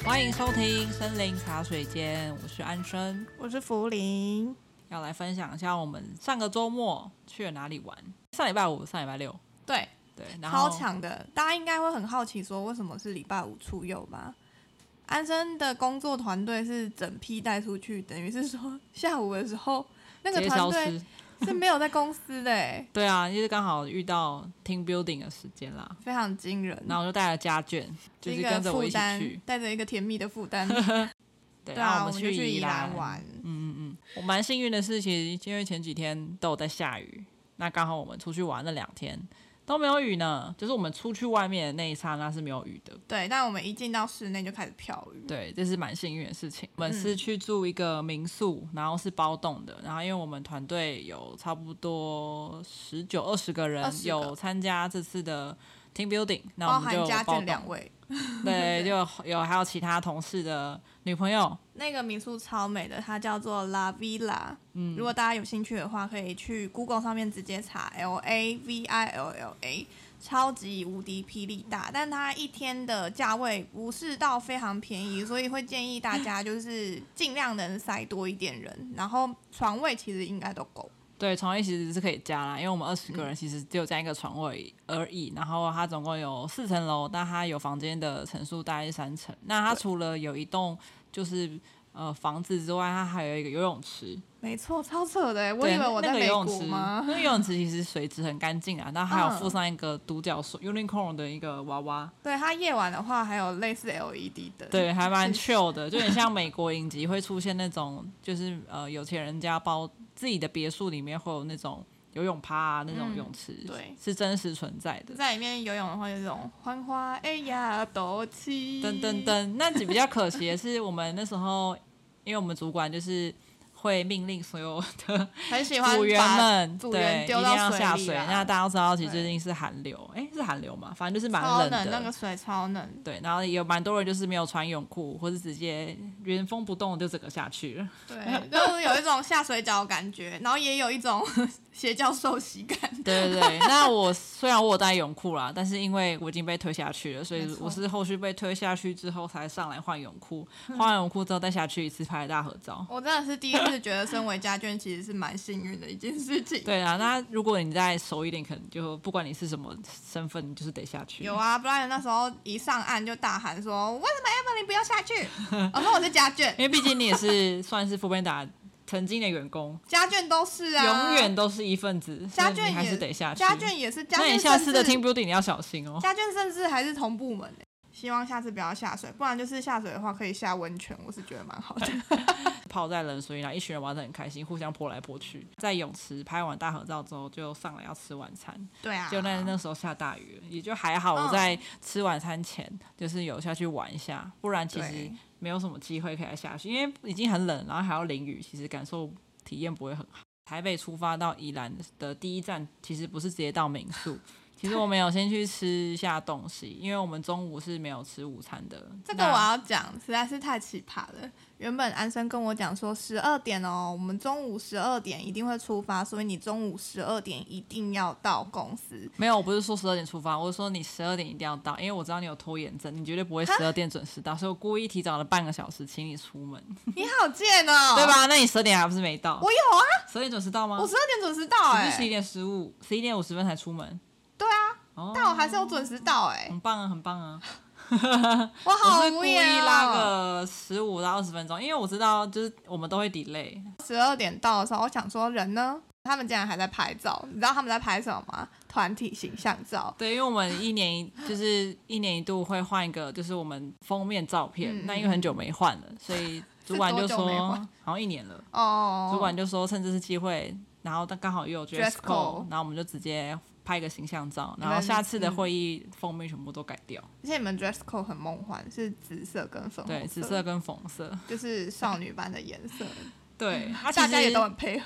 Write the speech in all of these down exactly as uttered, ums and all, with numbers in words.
欢迎收听森林茶水间，我是安生， 我是福林， 要来分享一下我们上个周末去了哪里玩。上礼拜五、上礼拜六， 对对，然后超强的。大家应该会很好奇说，为什么是礼拜五出游吧？安生的工作团队是整批带出去，等于是说下午的时候那个团队是没有在公司的欸对啊，就是刚好遇到 team building 的时间啦， 非常惊人。 然后我就带了家眷，就是跟着我一起去， 带着一个甜蜜的负担。 对， 对啊， 我们去宜兰玩。 嗯嗯嗯，我蛮幸运的是，其实因为前几天都有在下雨，那刚好我们出去玩那两天都没有雨呢，就是我们出去外面的那一刹那是没有雨的。 对，但我们一进到室内就开始飘雨。 对，这是蛮幸运的事情。我们是去住一个民宿，然后是包栋的，然后因为我们团队有差不多十九二十个人有参加这次的 team building， 那我们就包含家眷两位。 对，就有还有其他同事的女朋友。 那个民宿超美的，它叫做 La Villa。嗯，如果大家有兴趣的话，可以去 Google 上面直接查 L A V I L L A， 超级无敌霹雳大。但它一天的价位不是到非常便宜，所以会建议大家就是尽量能塞多一点人，然后床位其实应该都够。 对，床位其实是可以加啦，因为我们二十个人其实只有加一个床位而已。然后它总共有四层楼，但它有房间的层数大概是三层。那它除了有一栋就是呃房子之外，它还有一个游泳池。 没错，超扯的，我以为我在美国吗？ 那个游泳池其实水质很干净啊，然后还有附上一个独角兽、嗯、unicorn 的一个娃娃。 对，它夜晚的话还有类似 L E D 的， 对，还蛮 chill 的，就很像美国影集会出现那种，就是呃有钱人家包自己的别墅里面会有那种游泳趴啊那种泳池，嗯、 对， 是真实存在的。 在里面游泳的话，有这种欢花哎呀斗气噔噔噔。那比较可惜的是，我们那时候因为我们主管就是会命令所有的组员们组员丢到对一定要下水。那大家都知道，其实最近是寒流，哎，是寒流嘛，反正就是蛮冷的， 超冷，那个水超冷。 对，然后有蛮多人就是没有穿泳裤，或是直接原封不动就整个下去了。 对，就是有一种下水饺的感觉，然后也有一种邪教受洗感。 对对对，那我虽然我有带泳裤啦，但是因为我已经被推下去了，所以我是后续被推下去之后才上来换泳裤，换完泳裤之后再下去一次拍大合照。 我真的是第一次觉得身为家眷其实是蛮幸运的一件事情。 对啊，那如果你再熟一点，可能就不管你是什么身份，你就是得下去。 有啊，不然那时候一上岸就大喊说：“为什么 Emily 不要下去？”我说我是家眷， 因为毕竟你也是算是foodpanda曾经的员工， 家眷都是啊， 永远都是一份子， 家眷你还是得下去。 家眷也是，家眷那你下次的 team building 你要小心哦。 家眷甚至还是同部门的，希望下次不要下水，不然就是下水的话可以下温泉，我是觉得蛮好的。 泡在冷水里，一群人玩得很开心，互相泼来泼去。在泳池拍完大合照之后，就上来要吃晚餐。 对啊， 就那那时候下大雨了，也就还好。我在吃晚餐前，嗯、就是有下去玩一下，不然其实没有什么机会可以下去，因为已经很冷，然后还要淋雨，其实感受体验不会很好。台北出发到宜兰的第一站，其实不是直接到民宿。其实我们有先去吃一下东西，因为我们中午是没有吃午餐的。 这个我要讲，实在是太奇葩了。原本安生跟我讲说十二点哦，我们中午十二点一定会出发，所以你中午十二点一定要到公司。 没有，我不是说十二点出发，我是说你十二点一定要到，因为我知道你有拖延症，你绝对不会十二点准时到，所以我故意提早了半个小时请你出门。 你好贱哦， 对吧？那你十二点还不是没到？ 我有啊， 十二点准时到吗？ 我十二点准时到、欸，哎， 你是十一点十五、十一点五十分才出门。 对啊， 哦、 但我还是有准时到、欸，哎， 很棒啊，很棒啊。 我好我是故意拉哦个十五到二十分钟，因为我知道就是我们都会 delay。 十二点到的时候，我想说人呢，他们竟然还在拍照，你知道他们在拍什么吗？团体形象照。 对，因为我们一年就是一年一度会换一个，就是我们封面照片。嗯、那因为很久没换了，所以主管就说好像一年了。哦。主管就说趁这次机会，然后刚好又有 dress code， 然后我们就直接拍个形象照，然后下次的会议封面全部都改掉。 而且你们 dress code 很梦幻，是紫色跟粉红色。 对，紫色跟粉色， 就是少女般的颜色。 对， 大家也都很配合。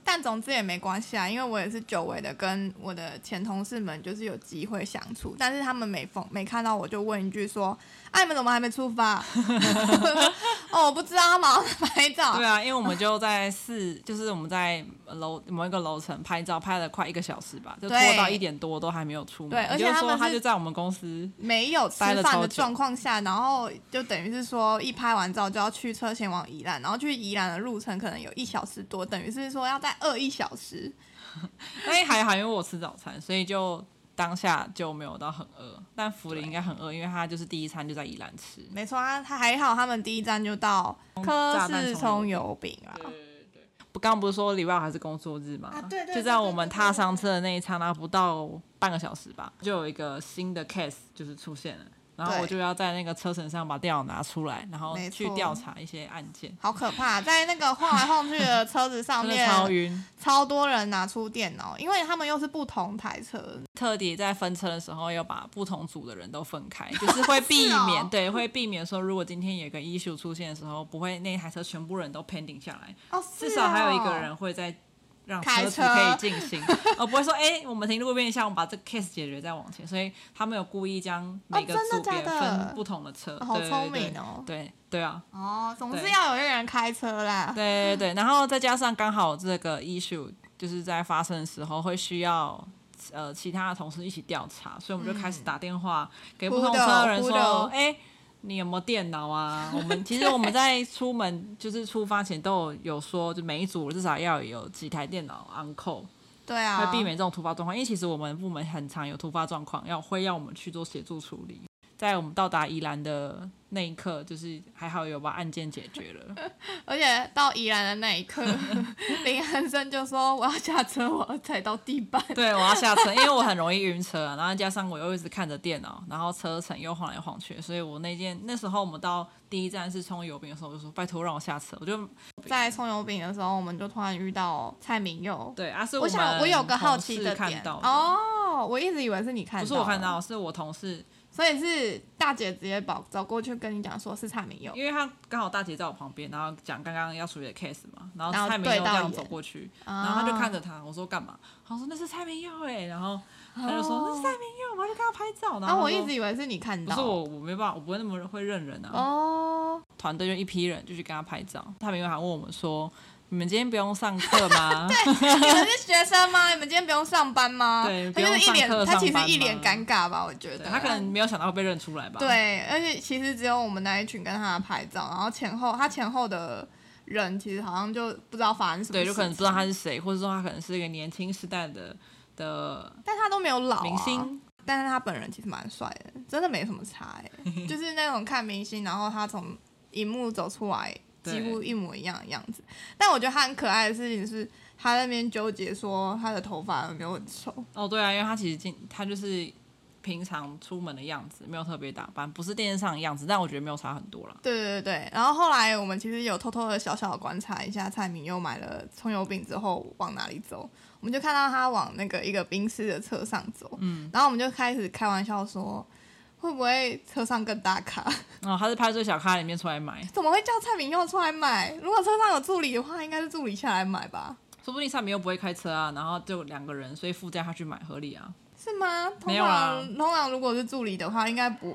但总之也没关系啊，因为我也是久违的跟我的前同事们就是有机会相处，但是他们每逢没看到我就问一句说：“啊，你们怎么还没出发？”哦，我不知道，他马上拍照。 对啊，因为我们就在四，就是我们在楼某一个楼层拍照，拍了快一个小时吧，就拖到一点多都还没有出门。 对，而且他们说他就在我们公司没有吃饭的状况下，然后就等于是说一拍完照就要驱车前往宜兰，然后去宜兰的路程可能有一小时多，等于是说要再饿一小时。 哎，还好，因为我吃早餐，所以就当下就没有到很饿。但福林应该很饿，因为他就是第一餐就在宜兰吃。 没错啊，他还好，他们第一站就到科氏葱油饼啦。 对对对，刚刚不是说礼拜五还是工作日吗？ 啊，对对对， 就在我们踏上车的那一刹那，不到半个小时吧，就有一个新的 case 就是出现了。然后我就要在那个车程上把电脑拿出来，然后去调查一些案件。 好可怕，在那个晃来晃去的车子上面， 超晕， 超多人拿出电脑，因为他们又是不同台车。 特地在分车的时候，要把不同组的人都分开，就是会避免，哦、对，会避免说，如果今天有一个 issue 出现的时候，不会那台车全部人都 pending 下来， 哦、 至少还有一个人会在。让车子可以进行，而不会说，哎、欸，我们停路边一下，我们把这个 case 解决再往前。所以他们有故意将每个组别分不同的车， 哦、好聪明哦。 对 对, 对啊， 哦，总是要有一个人开车啦。 对对对，然后再加上刚好这个 issue 就是在发生的时候会需要呃其他的同事一起调查，所以我们就开始打电话给不同车的人说，哎。你有没有电脑啊？我们其实我们在出门就是出发前都有有说，就每一组至少要有几台电脑 on call， 对啊， 会避免这种突发状况。因为其实我们部门很常有突发状况，要会要我们去做协助处理。在我们到达宜兰的那一刻，就是还好有把案件解决了。 而且到宜兰的那一刻，林汉生就说：“我要下车，我要踩到地板。” 对，我要下车，因为我很容易晕车、啊，然后加上我又一直看着电脑，然后车程又晃来晃去，所以我那件那时候我们到第一站是葱油饼的时候，我就说：“拜托让我下车。”我就在葱油饼的时候，我们就突然遇到蔡明佑。 对啊，是我想我有个好奇的点哦，我一直以为是你看到， 不是我看到，是我同事。 所以是大姐直接跑走过去跟你讲说是蔡明佑， 因为他刚好大姐在我旁边，然后讲刚刚要处理的 case 嘛，然后蔡明佑这样走过去，然后他就看着他，我说干嘛？他说那是蔡明佑哎，然后他就说、哦、那是蔡明佑，我就跟他拍照。然后、 啊、我一直以为是你看到， 不是我，我没办法，我不会那么会认人啊。 哦， 团队就一批人就去跟他拍照，蔡明佑还问我们说。你们今天不用上课吗？ 对，你们是学生吗？你们今天不用上班吗？ 对， 他就是一脸，他其实一脸尴尬吧，我觉得。 他可能没有想到会被认出来吧。 对，而且其实只有我们那一群跟他拍照，然后前后他前后的人其实好像就不知道发生什么事。 对，就可能不知道他是谁，或者说他可能是一个年轻时代的的， 但他都没有老、啊、 明星。 但是他本人其实蛮帅的，真的没什么差哎、欸，就是那种看明星，然后他从荧幕走出来。几乎一模一样的样子，但我觉得他很可爱的事情是，他在那边纠结说他的头发有没有很丑。 哦，对啊，因为他其实进他就是平常出门的样子，没有特别打扮，不是电视上的样子，但我觉得没有差很多啦。 对对对，然后后来我们其实有偷偷的小小的观察一下蔡明佑买了葱油饼之后往哪里走，我们就看到他往那个一个宾士的车上走，嗯，然后我们就开始开玩笑说。会不会车上更大咖？ 哦，他是派最小咖里面出来买。 怎么会叫蔡明佑出来买？如果车上有助理的话，应该是助理下来买吧。 说不定蔡明佑不会开车啊，然后就两个人，所以副驾他去买合理啊。 是吗？ 没有啦。 通常如果是助理的话，应该不。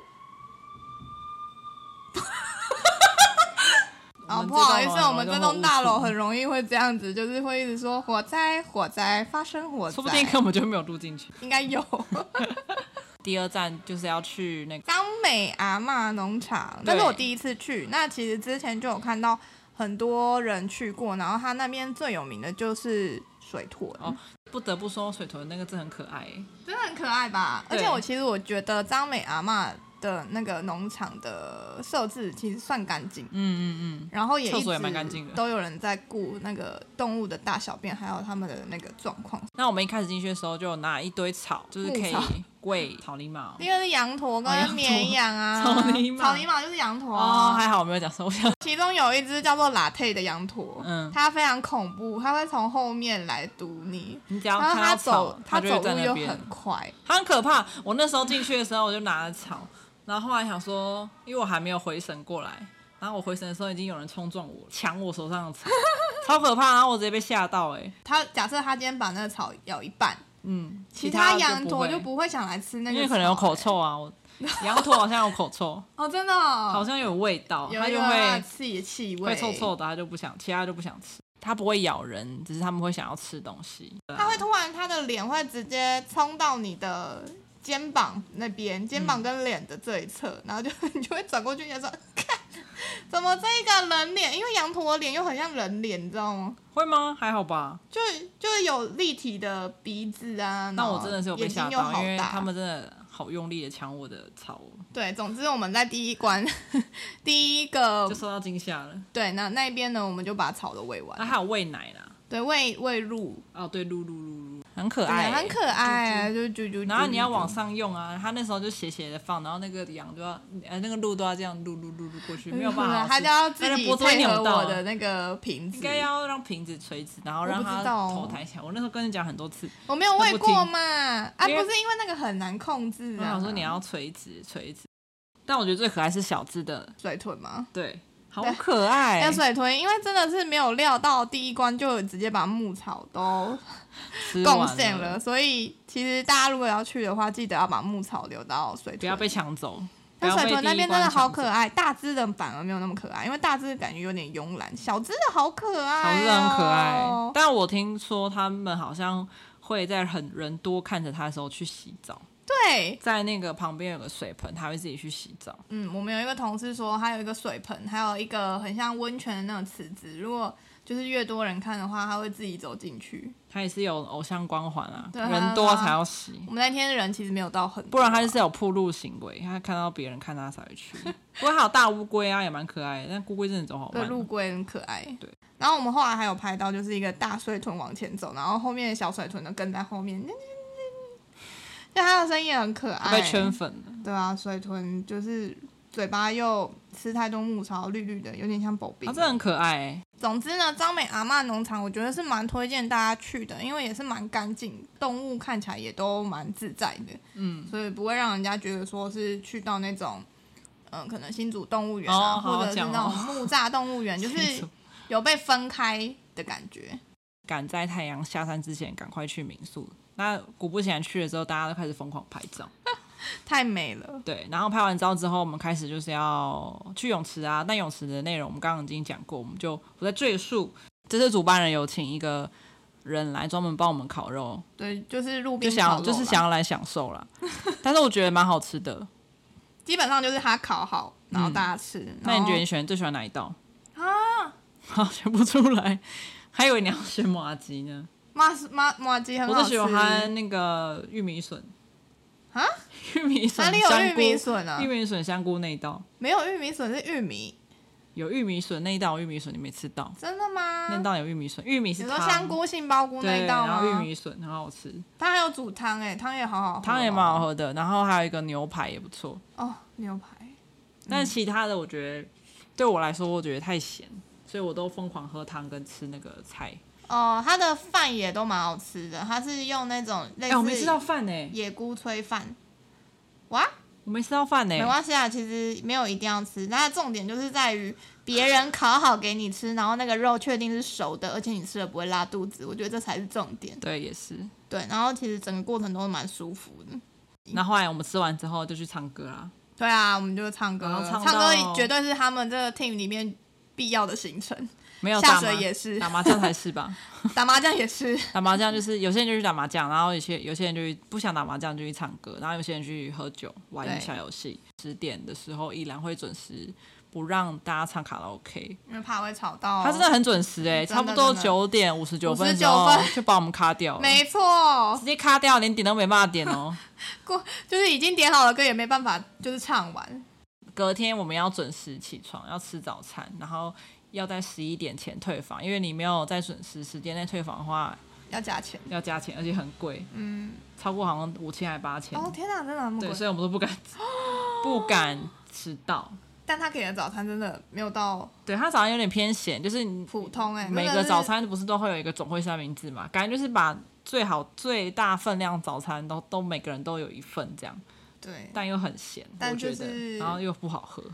啊、哦，不好意思，我们这栋大楼很容易会这样子，就是会一直说火灾，火灾，发生火灾。 说不定根本就没有录进去。 应该有。 第二站就是要去那个张美阿嬷农场，那是我第一次去。那其实之前就有看到很多人去过，然后它那边最有名的就是水豚。 哦，不得不说水豚那个真的很可爱， 真的很可爱吧？而且我其实我觉得张美阿嬷的那个农场的设置其实算干净， 嗯嗯嗯， 然后也厕所也蛮干净的， 都有人在顾那个动物的大小便，还有他们的那个状况。 那我们一开始进去的时候就有拿一堆草，就是可以喂草泥马。 第二是羊驼跟绵羊啊， 草泥马， 草泥马就是羊驼、 啊。哦，还好我没有讲错。 其中有一只叫做Latte的羊驼，嗯，它非常恐怖，它会从后面来堵你， 你只要看到草， 它走路又很快， 它很可怕。我那时候进去的时候，我就拿了草。然后后来想说，因为我还没有回神过来，然后我回神的时候已经有人冲撞我，抢我手上的草， 超可怕，然后我直接被吓到哎、欸。 他假设他今天把那个草咬一半， 嗯， 其他羊驼就不会想来吃那个草、欸， 因为可能有口臭啊。我羊驼好像有口臭哦，真的、哦， 好像有味道， 有它就会自己的气味， 会臭臭的，它就不想，其他就不想吃。它不会咬人，只是他们会想要吃东西。 它会突然，它的脸会直接冲到你的肩膀那边，肩膀跟脸的这一侧，嗯、然后就你就会转过去，你就说看，怎么这个人脸？因为羊驼的脸又很像人脸，你知道吗？ 会吗？还好吧。 就就是有立体的鼻子啊。 那我真的是有被吓到，因为他们真的好用力的抢我的草。 对，总之我们在第一关第一个就受到惊吓了。 对，那那边呢，我们就把草都喂完。 那还有喂奶啦。 对，喂喂鹿。 哦，对，鹿鹿鹿鹿，很可爱、欸， 很可爱、啊，就就就。 然后你要往上用啊，他那时候就斜斜的放，然后那个羊就要，呃，那个鹿都要这样撸撸撸撸过去，没有办法。 他就要自己配合我的那个瓶子。 应该要让瓶子垂直，然后让它头抬起来。我那时候跟你讲很多次， 我没有喂过嘛，啊，不是因为那个很难控制啊。 我想说你要垂直垂直，但我觉得最可爱是小只的水豚吗？ 对。好可爱、欸！ 有水豚，因为真的是没有料到第一关就直接把牧草都贡献了，所以其实大家如果要去的话，记得要把牧草留到水豚， 不要被抢走。 但水豚那边真的好可爱，大只的反而没有那么可爱，因为大只的感觉有点慵懒，小只的好可爱、哦， 小只的很可爱。但我听说他们好像会在很人多看着它的时候去洗澡。 对， 在那个旁边有个水盆，他会自己去洗澡。 嗯，我们有一个同事说，他有一个水盆，还有一个很像温泉的那种池子。如果就是越多人看的话，他会自己走进去。 他也是有偶像光环啊，人多才要洗。 我们那天的人其实没有到很多、啊， 不然他就是有暴露行为，他看到别人看他才会去。不过还有大乌龟啊，也蛮可爱的，但乌龟真的走好慢。 对，陆龟很可爱。 对。 然后我们后来还有拍到，就是一个大水豚往前走，然后后面的小水豚都跟在后面。就它的声音也很可爱， 被圈粉了。 对啊，水豚就是嘴巴又吃太多牧草，绿绿的，有点像宝贝。 它真的很可爱、欸。 总之呢，彰美阿嬷农场我觉得是蛮推荐大家去的，因为也是蛮干净，动物看起来也都蛮自在的，嗯，所以不会让人家觉得说是去到那种，嗯、呃，可能新竹动物园啊， 哦、好好或者是那种木栅动物园，就是有被分开的感觉。 赶在太阳下山之前赶快去民宿。那果不其然去了之后，大家都开始疯狂拍照， 太美了。 对，然后拍完照之后，我们开始就是要去泳池啊。但泳池的内容我们刚刚已经讲过，我们就不再赘述。这次主办人有请一个人来专门帮我们烤肉， 对，就是路边就想就是想要来享受啦。但是我觉得蛮好吃的， 基本上就是他烤好，然后大家吃。嗯、 那你觉得你选最喜欢哪一道啊？好，选不出来，还以为你要选麻糬呢。麻麻麻糬很好吃， 我是喜欢那个玉米笋啊， 玉米笋哪里有玉米笋啊？ 玉米笋香菇那一道没有玉米笋，是玉米。 有玉米笋那一道，玉米笋你没吃到？ 真的吗？ 那道有玉米笋，玉米是汤。 你说香菇杏鲍菇那一道吗？ 然后玉米笋很好吃， 它还有煮汤哎，汤也好好喝、哦， 汤也蛮好喝的。然后还有一个牛排也不错哦，牛排。 但是其他的我觉得对我来说，我觉得太咸，所以我都疯狂喝汤跟吃那个菜。 哦，它的饭也都蛮好吃的，它是用那种类似， 哎，我没吃到饭呢， 野菇炊饭。哇， 我没吃到饭呢。 没关系啊，其实没有一定要吃，它的重点就是在于别人烤好给你吃，然后那个肉确定是熟的，而且你吃了不会拉肚子，我觉得这才是重点。 对，也是。 对，然后其实整个过程都蛮舒服的。 那后来我们吃完之后就去唱歌啦。 对啊，我们就唱歌， 唱唱歌绝对是他们这个 team 里面必要的行程。 没有下水也是， 打麻将才是吧？ 打麻将也是， 打麻将就是有些人就去打麻将，然后有些有些人就不想打麻将就去唱歌，然后有些人去喝酒玩一下游戏。十点的时候依然会准时不让大家唱卡拉 OK， 因为怕会吵到。 他真的很准时哎、欸，差不多九点五十九分的时候就把我们卡掉了， 没错， 直接卡掉，连点都没办法点哦。 过就是已经点好了歌也没办法，就是唱完。 隔天我们要准时起床，要吃早餐，然后要在十一点前退房，因为你没有在准时时间内退房的话， 要加钱， 要加钱，而且很贵，嗯，超过好像五千还八千。 哦天哪，真的很贵。 对，所以我们都不敢不敢迟到。 但他给的早餐真的没有到， 对他早餐有点偏咸，就是普通哎、欸。 每个早餐不是都会有一个总会三明治嘛？感觉就是把最好最大分量早餐都都每个人都有一份这样。 对， 但又很咸， 但、就是、 我觉得，然后又不好喝。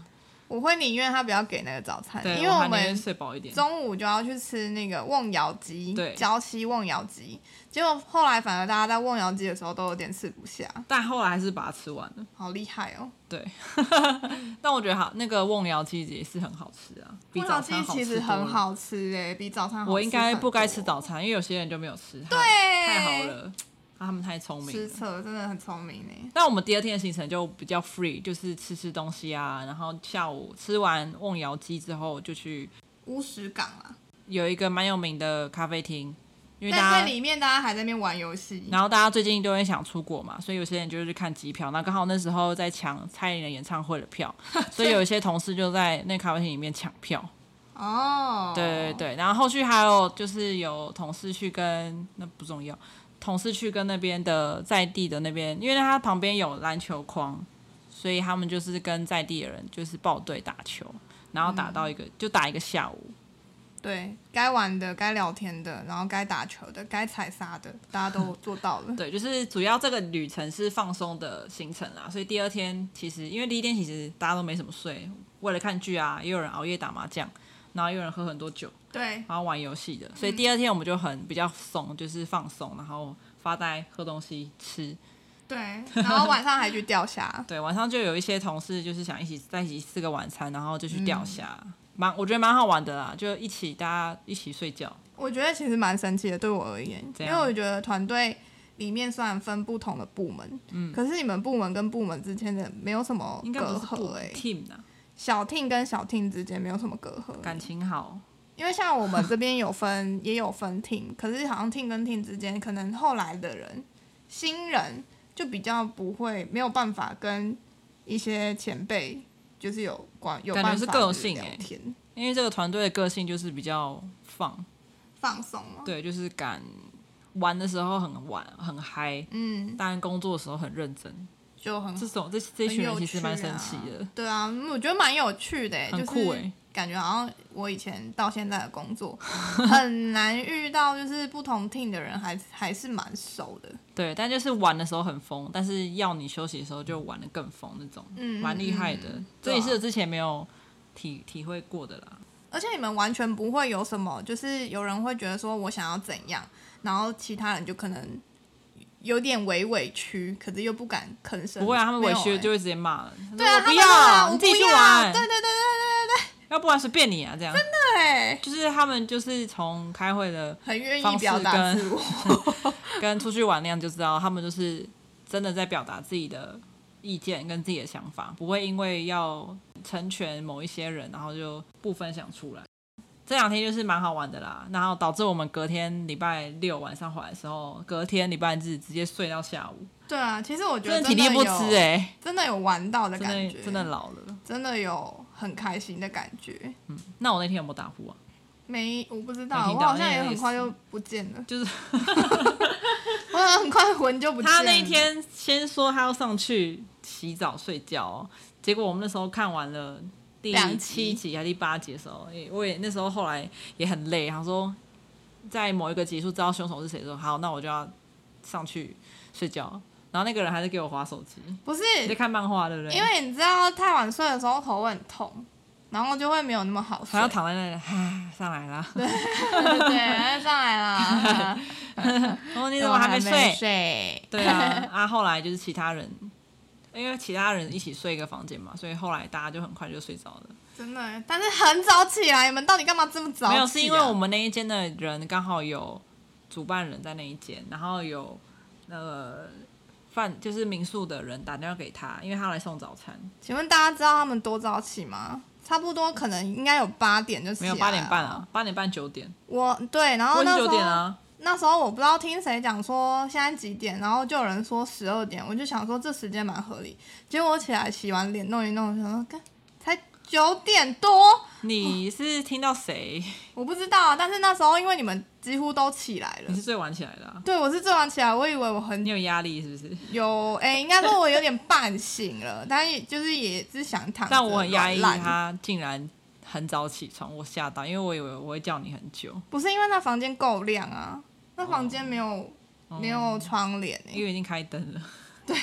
我会宁愿他不要给那个早餐， 对， 因为我们睡饱一点， 中午就要去吃那个瓮窑鸡， 对， 礁溪瓮窑鸡。结果后来反而大家在瓮窑鸡的时候都有点吃不下， 但后来还是把它吃完了。 好厉害哦！ 对，但我觉得好，那个瓮窑鸡也是很好吃啊，比早餐好吃多了。瓮窑鸡其实很好吃哎，比早餐好吃。 我应该不该吃早餐，因为有些人就没有吃， 对， 太好了。他们太聪明了， 失策真的很聪明呢。 但我们第二天的行程就比较 free， 就是吃吃东西啊，然后下午吃完瓮窑鸡之后就去乌石港啦， 有一个蛮有名的咖啡厅，因为大家在里面大家还在那边玩游戏， 然后大家最近都会想出国嘛，所以有些人就去看机票，那刚好那时候在抢蔡依林的演唱会的票，所以有一些同事就在那咖啡厅里面抢票。 哦， 对对对，然后后续还有就是有同事去跟那不重要。同事去跟那边的在地的那边，因为他旁边有篮球框，所以他们就是跟在地的人就是报队打球，然后打到一个、嗯、就打一个下午。 对，该玩的、该聊天的，然后该打球的、该踩沙的，大家都做到了。 对，就是主要这个旅程是放松的行程啦，所以第二天其实因为第一天其实大家都没什么睡，为了看剧啊，也有人熬夜打麻将，然后也有人喝很多酒。 对， 然后玩游戏的，所以第二天我们就很比较松，就是放松，然后发呆、喝东西、吃。 对，然后晚上还去钓虾。 对，晚上就有一些同事就是想一起在一起吃个晚餐，然后就去钓虾，蛮、嗯、我觉得蛮好玩的啦，就一起大家一起睡觉。 我觉得其实蛮神奇的，对我而言，因为我觉得团队里面虽然分不同的部门，嗯，可是你们部门跟部门之间的没有什么隔阂哎、欸、 ，team 啊， 小 team 跟小 team 之间没有什么隔阂、欸， 感情好。 因为像我们这边有分也有分 team， 可是好像 team 跟 team 之间，可能后来的人新人就比较不会没有办法跟一些前辈就是有关有办法感觉是个性聊天、欸， 因为这个团队的个性就是比较放放松嘛， 对，就是敢玩的时候很玩很嗨，嗯，但工作的时候很认真。 就很这种这这群人其实蛮神奇的、 啊，对啊，我觉得蛮有趣的、欸， 很酷哎、欸， 就是感觉好像我以前到现在的工作很难遇到，就是不同 team 的人还还是蛮熟的。 对，但就是玩的时候很疯，但是要你休息的时候就玩得更疯那种，嗯，蛮厉害的。嗯、这也是我之前没有体体会过的啦。 而且你们完全不会有什么，就是有人会觉得说我想要怎样，然后其他人就可能。有点委委屈，可是又不敢吭声。 不会啊，他们委屈就会直接骂了。 对啊， 不要，你自己去玩。 对对对对对对对。 要不然随便你啊，这样。 真的哎。 就是他们就是从开会的很愿意表达自我， 跟出去玩那样就知道，他们就是真的在表达自己的意见跟自己的想法，不会因为要成全某一些人，然后就不分享出来。这两天就是蛮好玩的啦，然后导致我们隔天礼拜六晚上回来的时候，隔天礼拜日直接睡到下午。 对啊，其实我觉得真的体力不支哎、欸， 真的有玩到的感觉， 真的, 真的老了， 真的有很开心的感觉。 嗯，那我那天有没有打呼啊？ 没，我不知道，我好像也很快就不见了， 就是我好像很快魂就不见了。 他那一天先说他要上去洗澡睡觉、哦，结果我们那时候看完了。第七集还是第八集的时候，我也那时候后来也很累，他说在某一个集数知道凶手是谁的时候，好，那我就要上去睡觉。然后那个人还是给我滑手机， 不是你在看漫画对不对？ 因为你知道太晚睡的时候头会很痛，然后就会没有那么好睡。 还要躺在那里，上来啦， 对对对，上来啦。 哦，你怎么还没睡？ 没睡对啊，啊，后来就是其他人。因为其他人一起睡一个房间嘛，所以后来大家就很快就睡着了。 真的，但是很早起来，你们到底干嘛这么早起、啊？ 没有，是因为我们那一间的人刚好有主办人在那一间，然后有那个饭就是民宿的人打电话给他，因为他来送早餐。 请问大家知道他们多早起吗？差不多可能应该有八点就起来了。 没有八点半啊，八点半九点。 我对，然后那时候九点啊。 那时候我不知道听谁讲说现在几点，然后就有人说十二点，我就想说这时间蛮合理。结果我起来洗完脸弄一弄，想说才九点多。 你是听到谁？ 我不知道啊，但是那时候因为你们几乎都起来了。 你是最晚起来的、啊？ 对，我是最晚起来，我以为我很你有压力是不是？ 有，哎、欸，应该说我有点半醒了，但也就是也是想躺着。 但我很压抑，他竟然很早起床，我吓到，因为我以为我会叫你很久。 不是因为那房间够亮啊。那房间没有、哦、没有窗帘、欸， 因为已经开灯了。 对，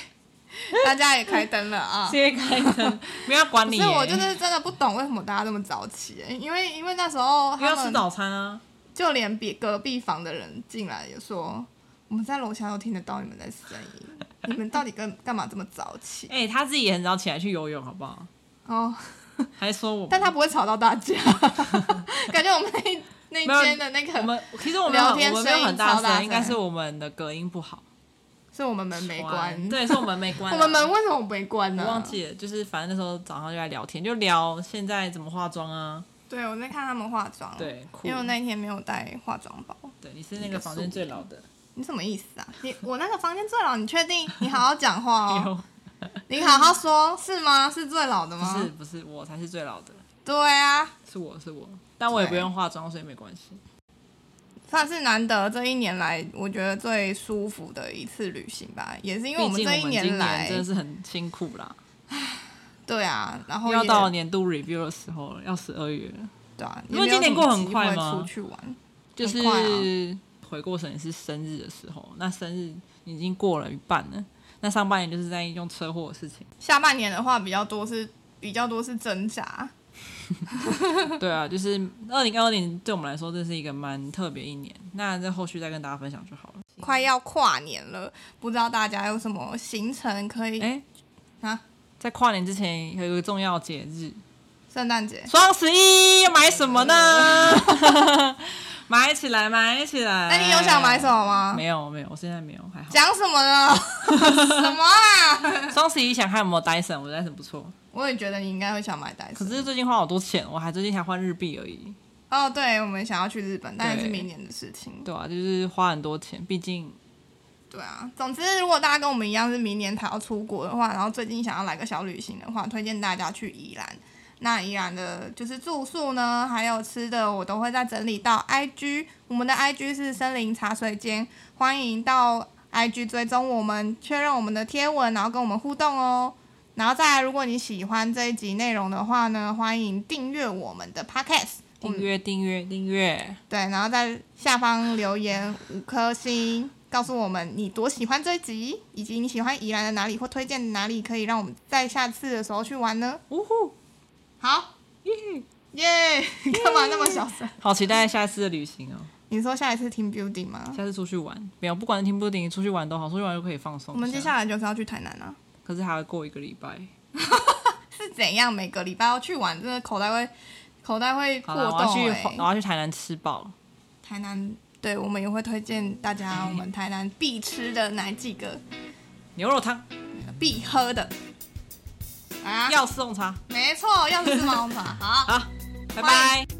大家也开灯了啊！ 直接开灯，没有要管你。 所以我就是真的不懂为什么大家这么早起、欸，因为因为那时候他们要吃早餐啊， 就连比隔壁房的人进来也说，我们在楼下都听得到你们在声音，你们到底干干嘛这么早起？ 哎、欸，他自己也很早起来去游泳，好不好？ 哦， 还说我， 但他不会吵到大家，感觉我们那那间的那个我们其实我们聊天我们没有很大声， 声，应该是我们的隔音不好。 是我们门没关， 对，是我们没关。 我们门为什么没关呢？ 我忘记了，就是反正那时候早上就在聊天，就聊现在怎么化妆啊。 对，我在看他们化妆。 对， 因为我那一天没有带化妆包。 对，你是那个房间最老的。 你什么意思啊？你我那个房间最老，你确定？你好好讲话哦。你好好说，是吗？是最老的吗？ 不是，不是，我才是最老的。 对啊， 是我是我，但我也不用化妆，所以没关系。 算是难得这一年来，我觉得最舒服的一次旅行吧，也是因为我们这一年来真的是很辛苦啦。 对啊，然后要到年度 review 的时候了，要十二月了。 对啊， 因为今年过很快吗？ 出去玩， 就是回过神是生日的时候，那生日已经过了一半了，那上半年就是在用车祸的事情。 下半年的话比较多是比较多是挣扎。 对啊，就是二零二零对我们来说这是一个蛮特别一年，那在后续再跟大家分享就好了。 快要跨年了，不知道大家有什么行程可以？ 哎、欸，啊，在跨年之前有一个重要节日， 圣诞节， 双十一要买什么呢？买起来，买起来。 那你有想买什么吗？ 没有，没有，我现在没有，还好。 讲什么呢？什么啊？ 双十一想看有没有 Dyson， 我 Dyson 不错。 我也觉得你应该会想买 Dyson， 可是最近花好多钱，我还最近才换日币而已。 哦，对，我们想要去日本，但是明年的事情。 对啊，就是花很多钱，毕竟。 对啊，总之，如果大家跟我们一样是明年才要出国的话，然后最近想要来个小旅行的话，推荐大家去宜兰。那宜兰的就是住宿呢，还有吃的，我都会再整理到 I G。我们的 I G 是森林茶水间，欢迎到 I G 追踪我们，确认我们的贴文，然后跟我们互动哦。然后再来，如果你喜欢这一集内容的话呢，欢迎订阅我们的 Podcast。 订阅订阅订阅。 对，然后在下方留言五颗星。告诉我们你多喜欢这一集，以及你喜欢宜兰的哪里，或推荐哪里可以让我们在下次的时候去玩呢？呜呼，好，耶耶！干嘛那么小声？ 好期待下次的旅行哦！ 你说下一次 team building 吗？ 下次出去玩，没有，不管是 team building 出去玩都好，出去玩就可以放松。 我们接下来就是要去台南啊， 可是还要过一个礼拜。 是怎样？每个礼拜要去玩，真的口袋会口袋会破洞、欸。 我要去，我要去台南吃饱。 台南。对，我们也会推荐大家我们台南必吃的哪几个牛肉汤， 必喝的啊，药师红茶， 没错，药师红茶。好， 好，拜拜。